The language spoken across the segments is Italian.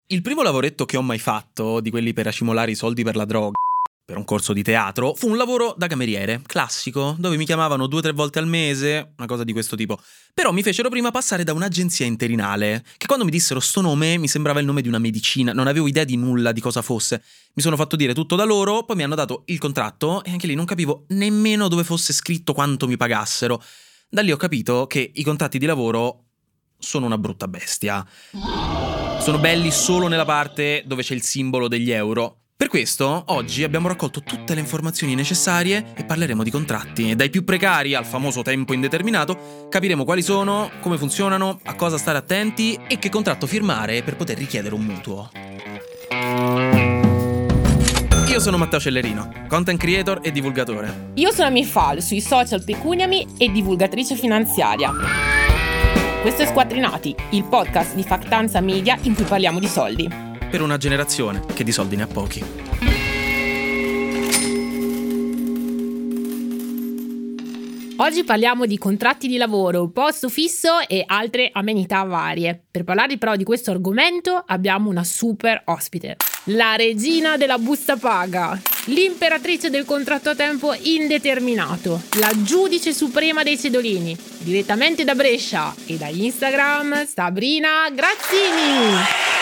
Il primo lavoretto che ho mai fatto, di quelli per racimolare i soldi per la droga, per un corso di teatro, fu un lavoro da cameriere, classico, dove mi chiamavano 2 o 3 volte al mese, una cosa di questo tipo. Però mi fecero prima passare da un'agenzia interinale, che quando mi dissero sto nome mi sembrava il nome di una medicina, non avevo idea di nulla di cosa fosse. Mi sono fatto dire tutto da loro, poi mi hanno dato il contratto e anche lì non capivo nemmeno dove fosse scritto quanto mi pagassero. Da lì ho capito che i contratti di lavoro sono una brutta bestia. Sono belli solo nella parte dove c'è il simbolo degli euro. Per questo, oggi abbiamo raccolto tutte le informazioni necessarie e parleremo di contratti. Dai più precari al famoso tempo indeterminato, capiremo quali sono, come funzionano, a cosa stare attenti e che contratto firmare per poter richiedere un mutuo. Io sono Matteo Cellerino, content creator e divulgatore. Io sono Mifal, sui social Pecuniami e divulgatrice finanziaria. Questo è Squattrinati, il podcast di Factanza Media in cui parliamo di soldi. Per una generazione che di soldi ne ha pochi. Oggi parliamo di contratti di lavoro, posto fisso e altre amenità varie. Per parlare però di questo argomento abbiamo una super ospite. La regina della busta paga, l'imperatrice del contratto a tempo indeterminato, la giudice suprema dei cedolini, direttamente da Brescia e da Instagram, Sabrina Grazzini.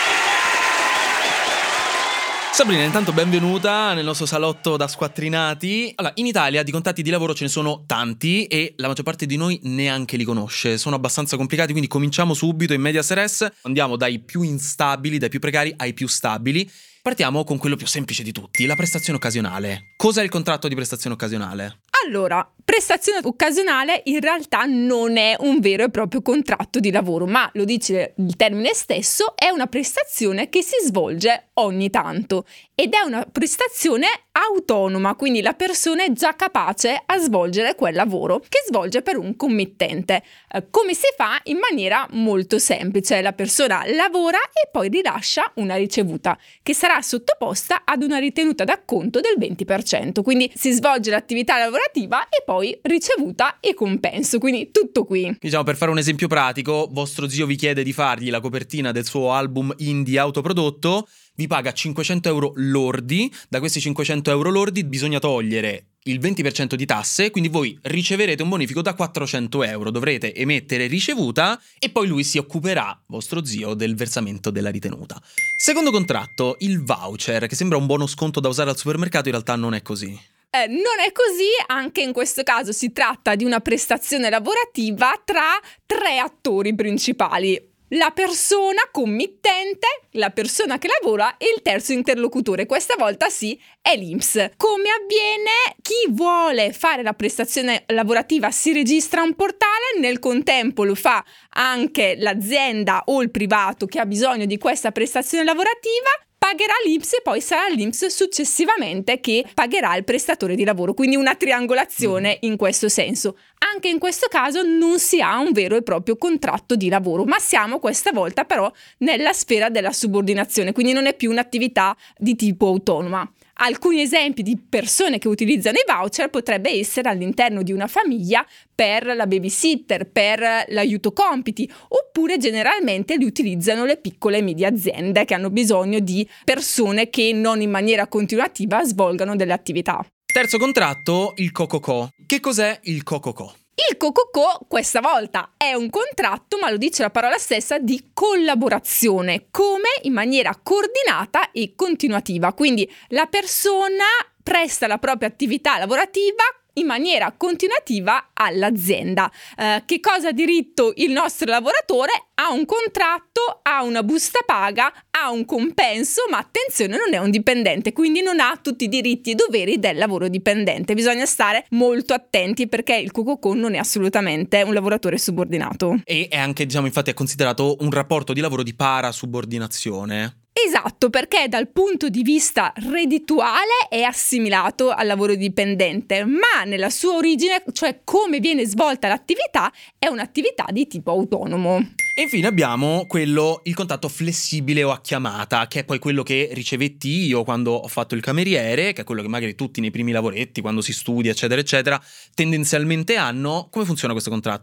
Sabrina, intanto benvenuta nel nostro salotto da Squattrinati. Allora, in Italia di contratti di lavoro ce ne sono tanti e la maggior parte di noi neanche li conosce. Sono abbastanza complicati, quindi cominciamo subito in medias res. Andiamo dai più instabili, dai più precari ai più stabili. Partiamo con quello più semplice di tutti, la prestazione occasionale. Cos'è il contratto di prestazione occasionale? Allora, prestazione occasionale in realtà non è un vero e proprio contratto di lavoro, ma lo dice il termine stesso, è una prestazione che si svolge ogni tanto ed è una prestazione autonoma, quindi la persona è già capace a svolgere quel lavoro che svolge per un committente. Come si fa? In maniera molto semplice, la persona lavora e poi rilascia una ricevuta che sarà sottoposta ad una ritenuta d'acconto del 20%, quindi si svolge l'attività lavorativa e poi ricevuta e compenso, quindi tutto qui. Diciamo, per fare un esempio pratico, vostro zio vi chiede di fargli la copertina del suo album indie autoprodotto, vi paga 500 euro lordi, da questi 500 euro lordi bisogna togliere il 20% di tasse, quindi voi riceverete un bonifico da 400 euro, dovrete emettere ricevuta e poi lui si occuperà, vostro zio, del versamento della ritenuta. Secondo contratto, il voucher, che sembra un buono sconto da usare al supermercato, in realtà non è così. Non è così, anche in questo caso si tratta di una prestazione lavorativa tra 3 attori principali. La persona committente, la persona che lavora e il terzo interlocutore. Questa volta sì, è l'INPS. Come avviene? Chi vuole fare la prestazione lavorativa si registra a un portale, nel contempo lo fa anche l'azienda o il privato che ha bisogno di questa prestazione lavorativa, pagherà l'INPS e poi sarà l'INPS successivamente che pagherà il prestatore di lavoro, quindi una triangolazione in questo senso. Anche in questo caso non si ha un vero e proprio contratto di lavoro, ma siamo questa volta però nella sfera della subordinazione, quindi non è più un'attività di tipo autonoma. Alcuni esempi di persone che utilizzano i voucher potrebbe essere all'interno di una famiglia per la babysitter, per l'aiuto compiti, oppure generalmente li utilizzano le piccole e medie aziende che hanno bisogno di persone che non in maniera continuativa svolgano delle attività. Terzo contratto, il COCOCO. Che cos'è il COCOCO? Il COCOCO questa volta è un contratto, ma lo dice la parola stessa, di collaborazione, come in maniera coordinata e continuativa. Quindi la persona presta la propria attività lavorativa in maniera continuativa all'azienda. Che cosa ha diritto il nostro lavoratore? Ha un contratto, ha una busta paga, ha un compenso, ma attenzione, non è un dipendente, quindi non ha tutti i diritti e doveri del lavoro dipendente. Bisogna stare molto attenti perché il COCOCO non è assolutamente un lavoratore subordinato. E è anche, infatti è considerato un rapporto di lavoro di parasubordinazione. Esatto, perché dal punto di vista reddituale è assimilato al lavoro dipendente, ma nella sua origine, cioè come viene svolta l'attività, è un'attività di tipo autonomo. E infine abbiamo il contratto flessibile o a chiamata, che è poi quello che ricevetti io quando ho fatto il cameriere, che è quello che magari tutti nei primi lavoretti, quando si studia, eccetera, eccetera, tendenzialmente hanno. Come funziona questo contratto?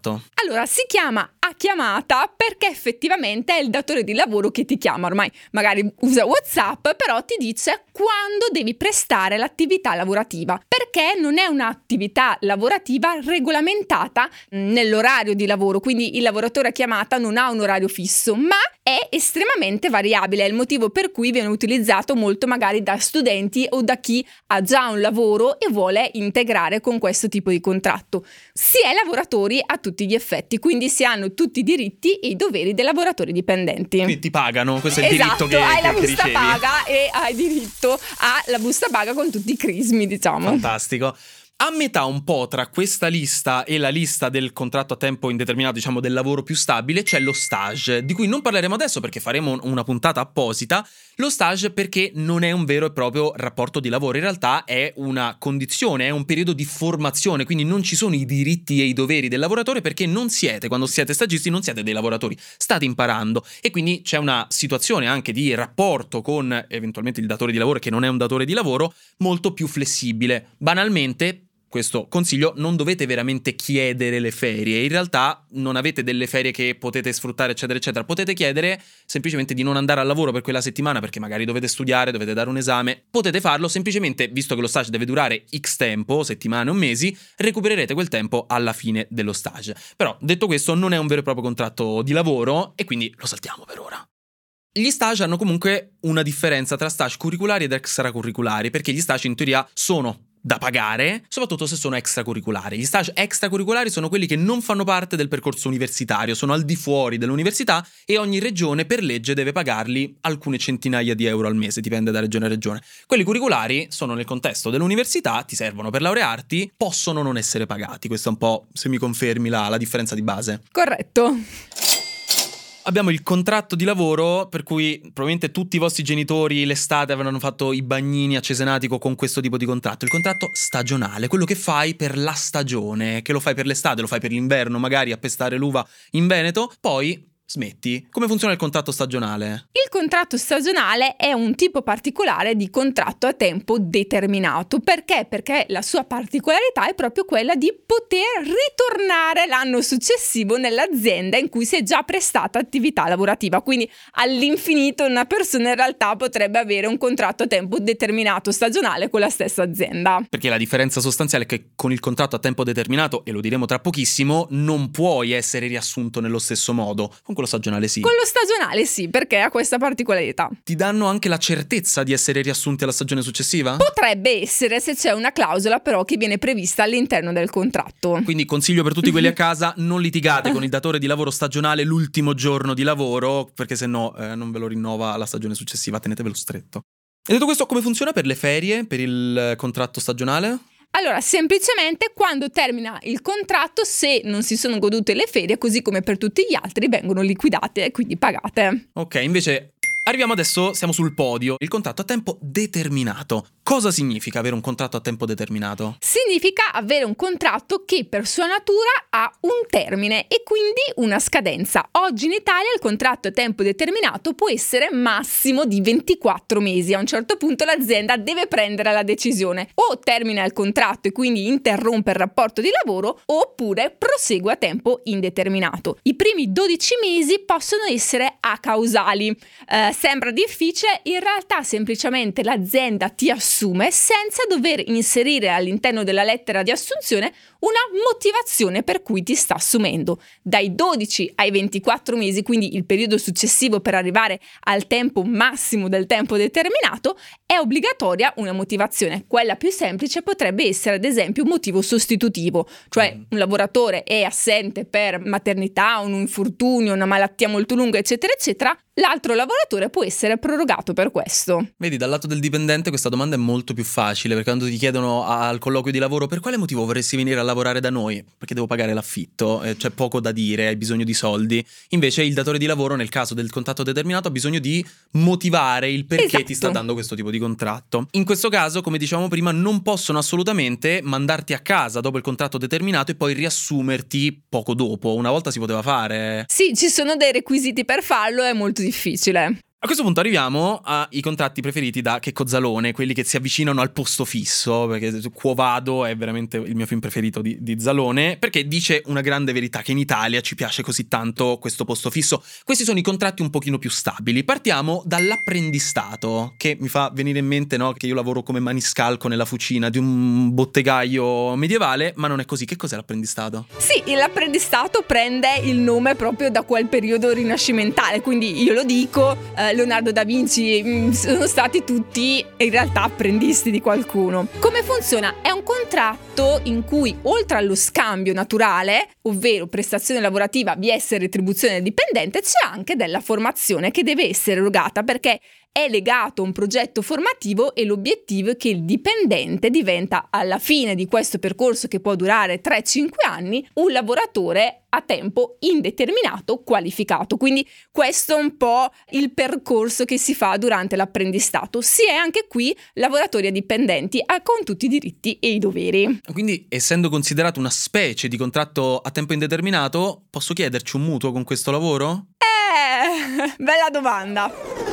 Allora, si chiama a chiamata perché effettivamente è il datore di lavoro che ti chiama. Ormai magari usa WhatsApp, però ti dice quando devi prestare l'attività lavorativa, perché non è un'attività lavorativa regolamentata nell'orario di lavoro, quindi il lavoratore a chiamata non ha un orario fisso, ma è estremamente variabile. È il motivo per cui viene utilizzato molto magari da studenti o da chi ha già un lavoro e vuole integrare con questo tipo di contratto. Si è lavoratori a tutti gli effetti, quindi si hanno tutti i diritti e i doveri dei lavoratori dipendenti. Quindi ti pagano, questo è il Esatto, diritto hai la che busta ricevi. paga e hai diritto alla busta paga con tutti i crismi, diciamo. Fantastico. A metà un po' tra questa lista e la lista del contratto a tempo indeterminato, diciamo del lavoro più stabile, c'è lo stage, di cui non parleremo adesso perché faremo una puntata apposita. Lo stage perché non è un vero e proprio rapporto di lavoro, in realtà è una condizione, è un periodo di formazione, quindi non ci sono i diritti e i doveri del lavoratore perché non siete, quando siete stagisti non siete dei lavoratori, state imparando e quindi c'è una situazione anche di rapporto con eventualmente il datore di lavoro che non è un datore di lavoro molto più flessibile. Banalmente, questo consiglio, non dovete veramente chiedere le ferie, in realtà non avete delle ferie che potete sfruttare eccetera eccetera, potete chiedere semplicemente di non andare al lavoro per quella settimana perché magari dovete studiare, dovete dare un esame, potete farlo semplicemente, visto che lo stage deve durare X tempo, settimane o mesi, recupererete quel tempo alla fine dello stage. Però detto questo non è un vero e proprio contratto di lavoro e quindi lo saltiamo per ora. Gli stage hanno comunque una differenza tra stage curriculari ed extracurriculari perché gli stage in teoria sono da pagare, soprattutto se sono extracurriculari. Gli stage extracurriculari sono quelli che non fanno parte del percorso universitario, sono al di fuori dell'università e ogni regione per legge deve pagarli alcune centinaia di euro al mese, dipende da regione a regione. Quelli curriculari sono nel contesto dell'università, ti servono per laurearti, possono non essere pagati. Questo è un po', se mi confermi, la differenza di base. Corretto. Abbiamo il contratto di lavoro per cui probabilmente tutti i vostri genitori l'estate avranno fatto i bagnini a Cesenatico con questo tipo di contratto. Il contratto stagionale, quello che fai per la stagione, che lo fai per l'estate, lo fai per l'inverno, magari a pestare l'uva in Veneto, poi smetti. Come funziona il contratto stagionale? Il contratto stagionale è un tipo particolare di contratto a tempo determinato. Perché? Perché la sua particolarità è proprio quella di poter ritornare l'anno successivo nell'azienda in cui si è già prestata attività lavorativa. Quindi all'infinito una persona in realtà potrebbe avere un contratto a tempo determinato stagionale con la stessa azienda. Perché la differenza sostanziale è che con il contratto a tempo determinato, e lo diremo tra pochissimo, non puoi essere riassunto nello stesso modo. Con quello stagionale sì. Con lo stagionale sì, perché ha questa particolarità. Ti danno anche la certezza di essere riassunti alla stagione successiva? Potrebbe essere se c'è una clausola però che viene prevista all'interno del contratto. Quindi consiglio per tutti quelli a casa, non litigate con il datore di lavoro stagionale l'ultimo giorno di lavoro, perché se no non ve lo rinnova la stagione successiva, tenetevelo stretto. E detto questo, come funziona per le ferie, per il contratto stagionale? Allora, semplicemente quando termina il contratto, se non si sono godute le ferie, così come per tutti gli altri, vengono liquidate e quindi pagate. Ok, invece arriviamo adesso, siamo sul podio. Il contratto a tempo determinato. Cosa significa avere un contratto a tempo determinato? Significa avere un contratto che per sua natura ha un termine e quindi una scadenza. Oggi in Italia il contratto a tempo determinato può essere massimo di 24 mesi. A un certo punto l'azienda deve prendere la decisione: o termina il contratto e quindi interrompe il rapporto di lavoro, oppure prosegue a tempo indeterminato. I primi 12 mesi possono essere acausali. Sembra difficile, in realtà semplicemente l'azienda ti assume senza dover inserire all'interno della lettera di assunzione una motivazione per cui ti sta assumendo. Dai 12 ai 24 mesi, quindi il periodo successivo per arrivare al tempo massimo del tempo determinato, è obbligatoria una motivazione. Quella più semplice potrebbe essere ad esempio un motivo sostitutivo, cioè un lavoratore è assente per maternità, un infortunio, una malattia molto lunga, eccetera, eccetera. L'altro lavoratore può essere prorogato per questo. Vedi, dal lato del dipendente questa domanda è molto più facile, perché quando ti chiedono al colloquio di lavoro per quale motivo vorresti venire a lavorare da noi? Perché devo pagare l'affitto, c'è poco da dire, hai bisogno di soldi. Invece il datore di lavoro, nel caso del contratto determinato, ha bisogno di motivare il perché ti sta dando questo tipo di contratto. In questo caso, come dicevamo prima, non possono assolutamente mandarti a casa dopo il contratto determinato e poi riassumerti poco dopo. Una volta si poteva fare. Sì, ci sono dei requisiti per farlo, è molto difficile. A questo punto arriviamo ai contratti preferiti da Checco Zalone, quelli che si avvicinano al posto fisso, perché Quo Vado è veramente il mio film preferito di Zalone, perché dice una grande verità, che in Italia ci piace così tanto questo posto fisso. Questi sono i contratti un pochino più stabili. Partiamo dall'apprendistato, che mi fa venire in mente, no, che io lavoro come maniscalco nella fucina di un bottegaio medievale, ma non è così. Che cos'è l'apprendistato? Sì, l'apprendistato prende il nome proprio da quel periodo rinascimentale, quindi io lo dico, Leonardo da Vinci sono stati tutti in realtà apprendisti di qualcuno. Come funziona? È un contratto in cui oltre allo scambio naturale, ovvero prestazione lavorativa vs retribuzione del dipendente, c'è anche della formazione che deve essere erogata, perché è legato a un progetto formativo e l'obiettivo è che il dipendente diventa, alla fine di questo percorso che può durare 3-5 anni, un lavoratore a tempo indeterminato qualificato. Quindi questo è un po' il percorso che si fa durante l'apprendistato. Si è anche qui lavoratori dipendenti con tutti i diritti e i doveri. Quindi, essendo considerato una specie di contratto a tempo indeterminato, posso chiederci un mutuo con questo lavoro? Bella domanda.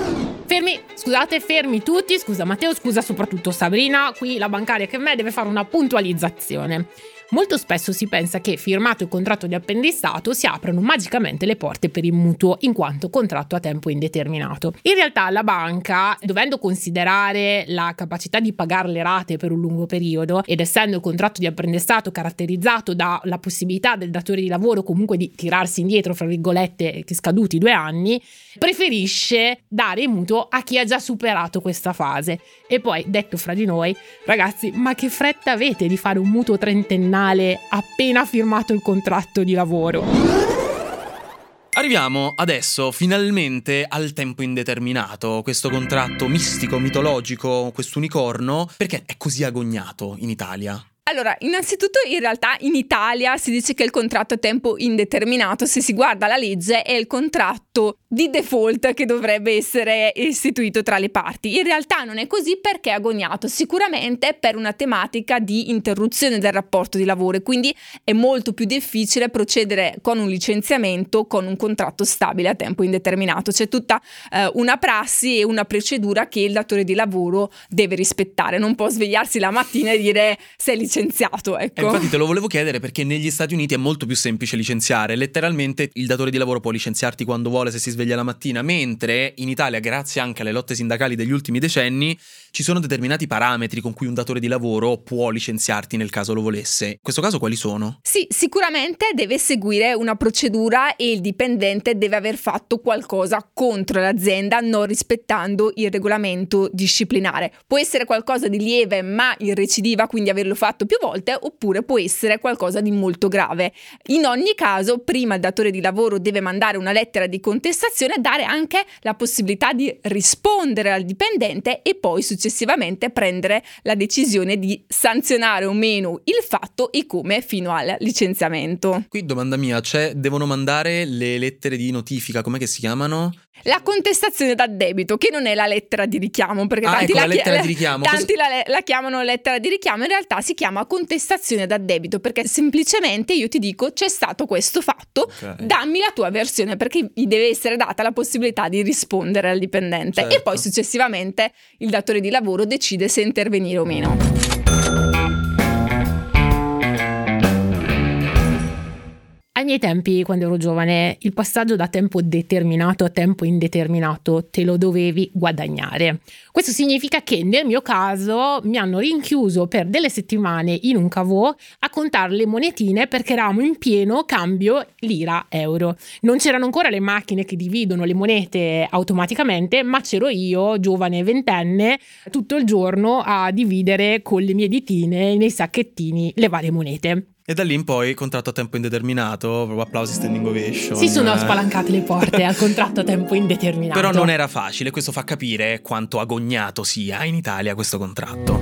Fermi tutti, scusa Matteo, scusa soprattutto Sabrina, qui la bancaria che me deve fare una puntualizzazione. Molto spesso si pensa che, firmato il contratto di apprendistato, si aprano magicamente le porte per il mutuo in quanto contratto a tempo indeterminato. In realtà la banca, dovendo considerare la capacità di pagare le rate per un lungo periodo ed essendo il contratto di apprendistato caratterizzato dalla possibilità del datore di lavoro comunque di tirarsi indietro, fra virgolette, che scaduti 2 anni, preferisce dare il mutuo a chi ha già superato questa fase. E poi, detto fra di noi, ragazzi, ma che fretta avete di fare un mutuo trentennale appena firmato il contratto di lavoro? Arriviamo adesso finalmente al tempo indeterminato, questo contratto mistico, mitologico, questo unicorno, perché è così agognato in Italia? Allora, innanzitutto in realtà in Italia si dice che il contratto a tempo indeterminato, se si guarda la legge, è il contratto di default che dovrebbe essere istituito tra le parti. In realtà non è così perché è agognato, sicuramente per una tematica di interruzione del rapporto di lavoro e quindi è molto più difficile procedere con un licenziamento con un contratto stabile a tempo indeterminato. C'è tutta una prassi e una procedura che il datore di lavoro deve rispettare, non può svegliarsi la mattina e dire sei licenziato, ecco. Infatti te lo volevo chiedere perché negli Stati Uniti è molto più semplice licenziare, letteralmente il datore di lavoro può licenziarti quando vuole se si sveglia la mattina, mentre in Italia, grazie anche alle lotte sindacali degli ultimi decenni, ci sono determinati parametri con cui un datore di lavoro può licenziarti nel caso lo volesse. In questo caso quali sono? Sì, sicuramente deve seguire una procedura e il dipendente deve aver fatto qualcosa contro l'azienda non rispettando il regolamento disciplinare. Può essere qualcosa di lieve ma in recidiva, quindi averlo fatto più volte, oppure può essere qualcosa di molto grave. In ogni caso, prima il datore di lavoro deve mandare una lettera di contestazione e dare anche la possibilità di rispondere al dipendente e poi successivamente prendere la decisione di sanzionare o meno il fatto e come fino al licenziamento. Qui domanda mia, devono mandare le lettere di notifica, com'è che si chiamano? La contestazione d'addebito, che non è la lettera di richiamo, perché tanti, ecco, la lettera di richiamo. Tanti la chiamano lettera di richiamo, in realtà si chiama contestazione d'addebito, perché semplicemente io ti dico c'è stato questo fatto, okay, dammi la tua versione, perché gli deve essere data la possibilità di rispondere al dipendente, certo, e poi successivamente il datore di lavoro decide se intervenire o meno. Ai miei tempi, quando ero giovane, il passaggio da tempo determinato a tempo indeterminato te lo dovevi guadagnare. Questo significa che nel mio caso mi hanno rinchiuso per delle settimane in un cavò a contare le monetine perché eravamo in pieno cambio lira-euro. Non c'erano ancora le macchine che dividono le monete automaticamente, ma c'ero io, giovane ventenne, tutto il giorno a dividere con le mie ditine nei sacchettini le varie monete. E da lì in poi contratto a tempo indeterminato, proprio applausi standing ovation. Si sono spalancate le porte al contratto a tempo indeterminato. Però non era facile, questo fa capire quanto agognato sia in Italia questo contratto.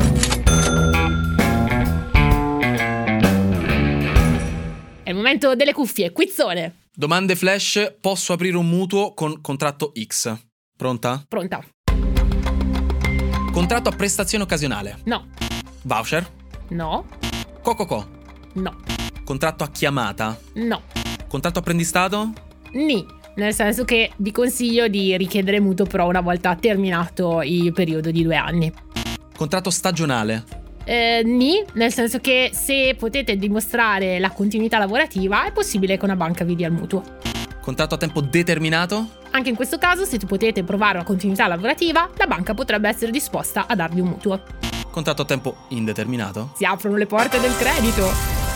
È il momento delle cuffie, quizzone. Domande flash, posso aprire un mutuo con contratto X? Pronta? Pronta. Contratto a prestazione occasionale? No. Voucher? No. Co. No. Contratto a chiamata? No. Contratto apprendistato? Ni. nel senso che vi consiglio di richiedere mutuo però una volta terminato il periodo di 2 anni. Contratto stagionale. Nì, nel senso che se potete dimostrare la continuità lavorativa è possibile che una banca vi dia il mutuo. Contratto a tempo determinato. Anche in questo caso, se potete provare una continuità lavorativa, la banca potrebbe essere disposta a darvi un mutuo. Contratto a tempo indeterminato. Si aprono le porte del credito.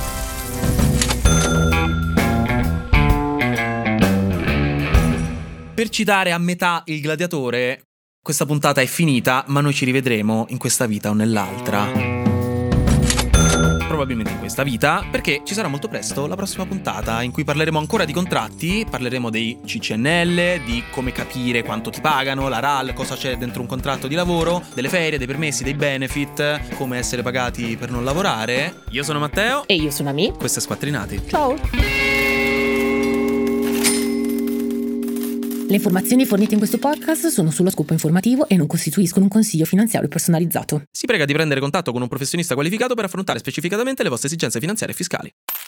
Per citare a metà Il Gladiatore, questa puntata è finita, ma noi ci rivedremo in questa vita o nell'altra. Probabilmente in questa vita, perché ci sarà molto presto la prossima puntata in cui parleremo ancora di contratti, parleremo dei CCNL, di come capire quanto ti pagano, la RAL, cosa c'è dentro un contratto di lavoro, delle ferie, dei permessi, dei benefit, come essere pagati per non lavorare. Io sono Matteo. E io sono Ami. Questo è Squattrinati. Ciao. Le informazioni fornite in questo podcast sono solo a scopo informativo e non costituiscono un consiglio finanziario personalizzato. Si prega di prendere contatto con un professionista qualificato per affrontare specificatamente le vostre esigenze finanziarie e fiscali.